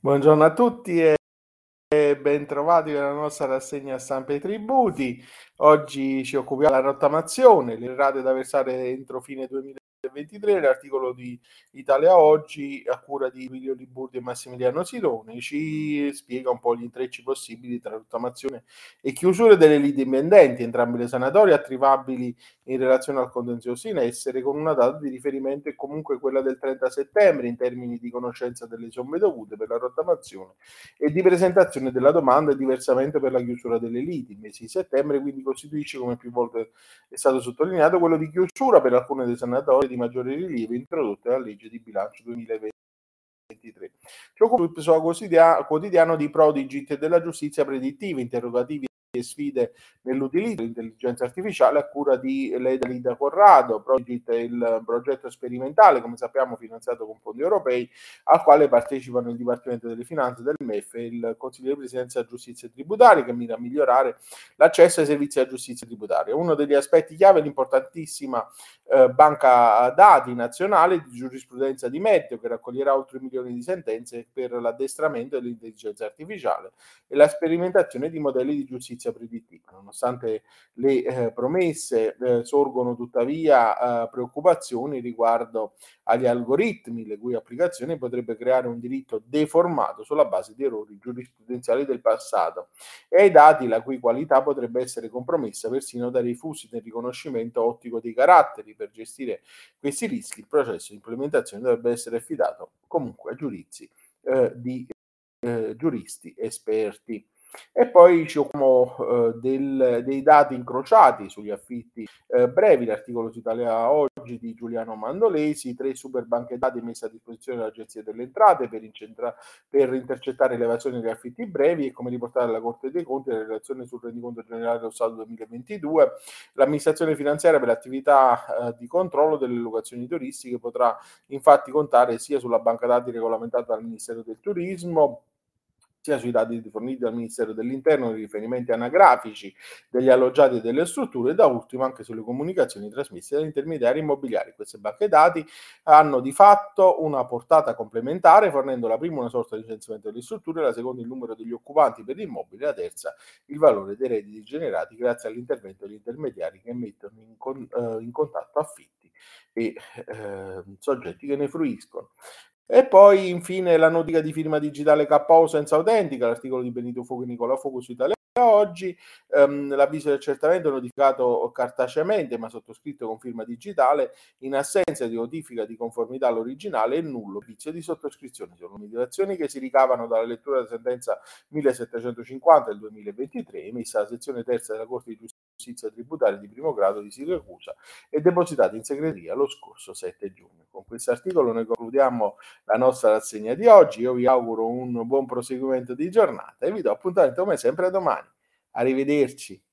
Buongiorno a tutti e bentrovati nella nostra rassegna stampa e tributi. Oggi ci occupiamo della rottamazione, le rate da versare entro fine 2023, l'articolo di Italia Oggi a cura di Emilio Liburdi e Massimiliano Silone ci spiega un po' gli intrecci possibili tra rottamazione e chiusure delle liti pendenti, entrambe le sanatorie attivabili in relazione al contenzioso in essere, con una data di riferimento è comunque quella del 30 settembre in termini di conoscenza delle somme dovute per la rottamazione e di presentazione della domanda e diversamente per la chiusura delle liti. Il mese di settembre quindi costituisce, come più volte è stato sottolineato, quello di chiusura per alcune dei sanatorie di maggiore rilievo introdotte dalla legge di bilancio 2023. Ci occupa il suo quotidiano di Prodigit e della giustizia predittiva, interrogativi e sfide nell'utilizzo dell'intelligenza artificiale a cura di Leda Corrado. Prodigit è il progetto sperimentale, come sappiamo, finanziato con fondi europei, al quale partecipano il Dipartimento delle Finanze del MEF e il Consiglio di Presidenza Giustizia Tributaria, che mira a migliorare l'accesso ai servizi della giustizia tributaria. Uno degli aspetti chiave è l'importantissima banca dati nazionale di giurisprudenza di Meteo, che raccoglierà oltre 1 milione di sentenze per l'addestramento dell'intelligenza artificiale e la sperimentazione di modelli di giustizia predittiva. Nonostante le promesse, sorgono tuttavia preoccupazioni riguardo agli algoritmi, le cui applicazione potrebbe creare un diritto deformato sulla base di errori giurisprudenziali del passato e ai dati la cui qualità potrebbe essere compromessa persino da refusi nel riconoscimento ottico dei caratteri. Per gestire questi rischi il processo di implementazione dovrebbe essere affidato comunque a giudizi di giuristi esperti. E poi ci occupiamo dei dati incrociati sugli affitti brevi, l'articolo su Italia Oggi di Giuliano Mandolesi, 3 super banche dati messe a disposizione dall'Agenzia delle Entrate per intercettare l'evasione degli affitti brevi e come riportare alla Corte dei Conti la relazione sul rendiconto generale dello Stato 2022. L'amministrazione finanziaria per l'attività di controllo delle locazioni turistiche potrà infatti contare sia sulla banca dati regolamentata dal Ministero del Turismo, sia sui dati forniti dal Ministero dell'Interno nei riferimenti anagrafici degli alloggiati e delle strutture e da ultimo anche sulle comunicazioni trasmesse dagli intermediari immobiliari. Queste banche dati hanno di fatto una portata complementare, fornendo la prima una sorta di censimento delle strutture, la seconda il numero degli occupanti per l'immobile, la terza il valore dei redditi generati grazie all'intervento degli intermediari che mettono in contatto affitti e soggetti che ne fruiscono. E poi infine la notifica di firma digitale KO senza autentica, l'articolo di Benito Fuoco e Nicola Fuoco su Italia Oggi, l'avviso di accertamento notificato cartaceamente ma sottoscritto con firma digitale in assenza di notifica di conformità all'originale è nullo vizio di sottoscrizione. Sono motivazioni che si ricavano dalla lettura della sentenza 1750 del 2023 emessa dalla sezione terza della Corte di Giustizia Tributaria di primo grado di Siracusa e depositata in segreteria lo scorso 7 giugno. Con questo articolo noi concludiamo la nostra rassegna di oggi. Io vi auguro un buon proseguimento di giornata e vi do appuntamento come sempre a domani. Arrivederci.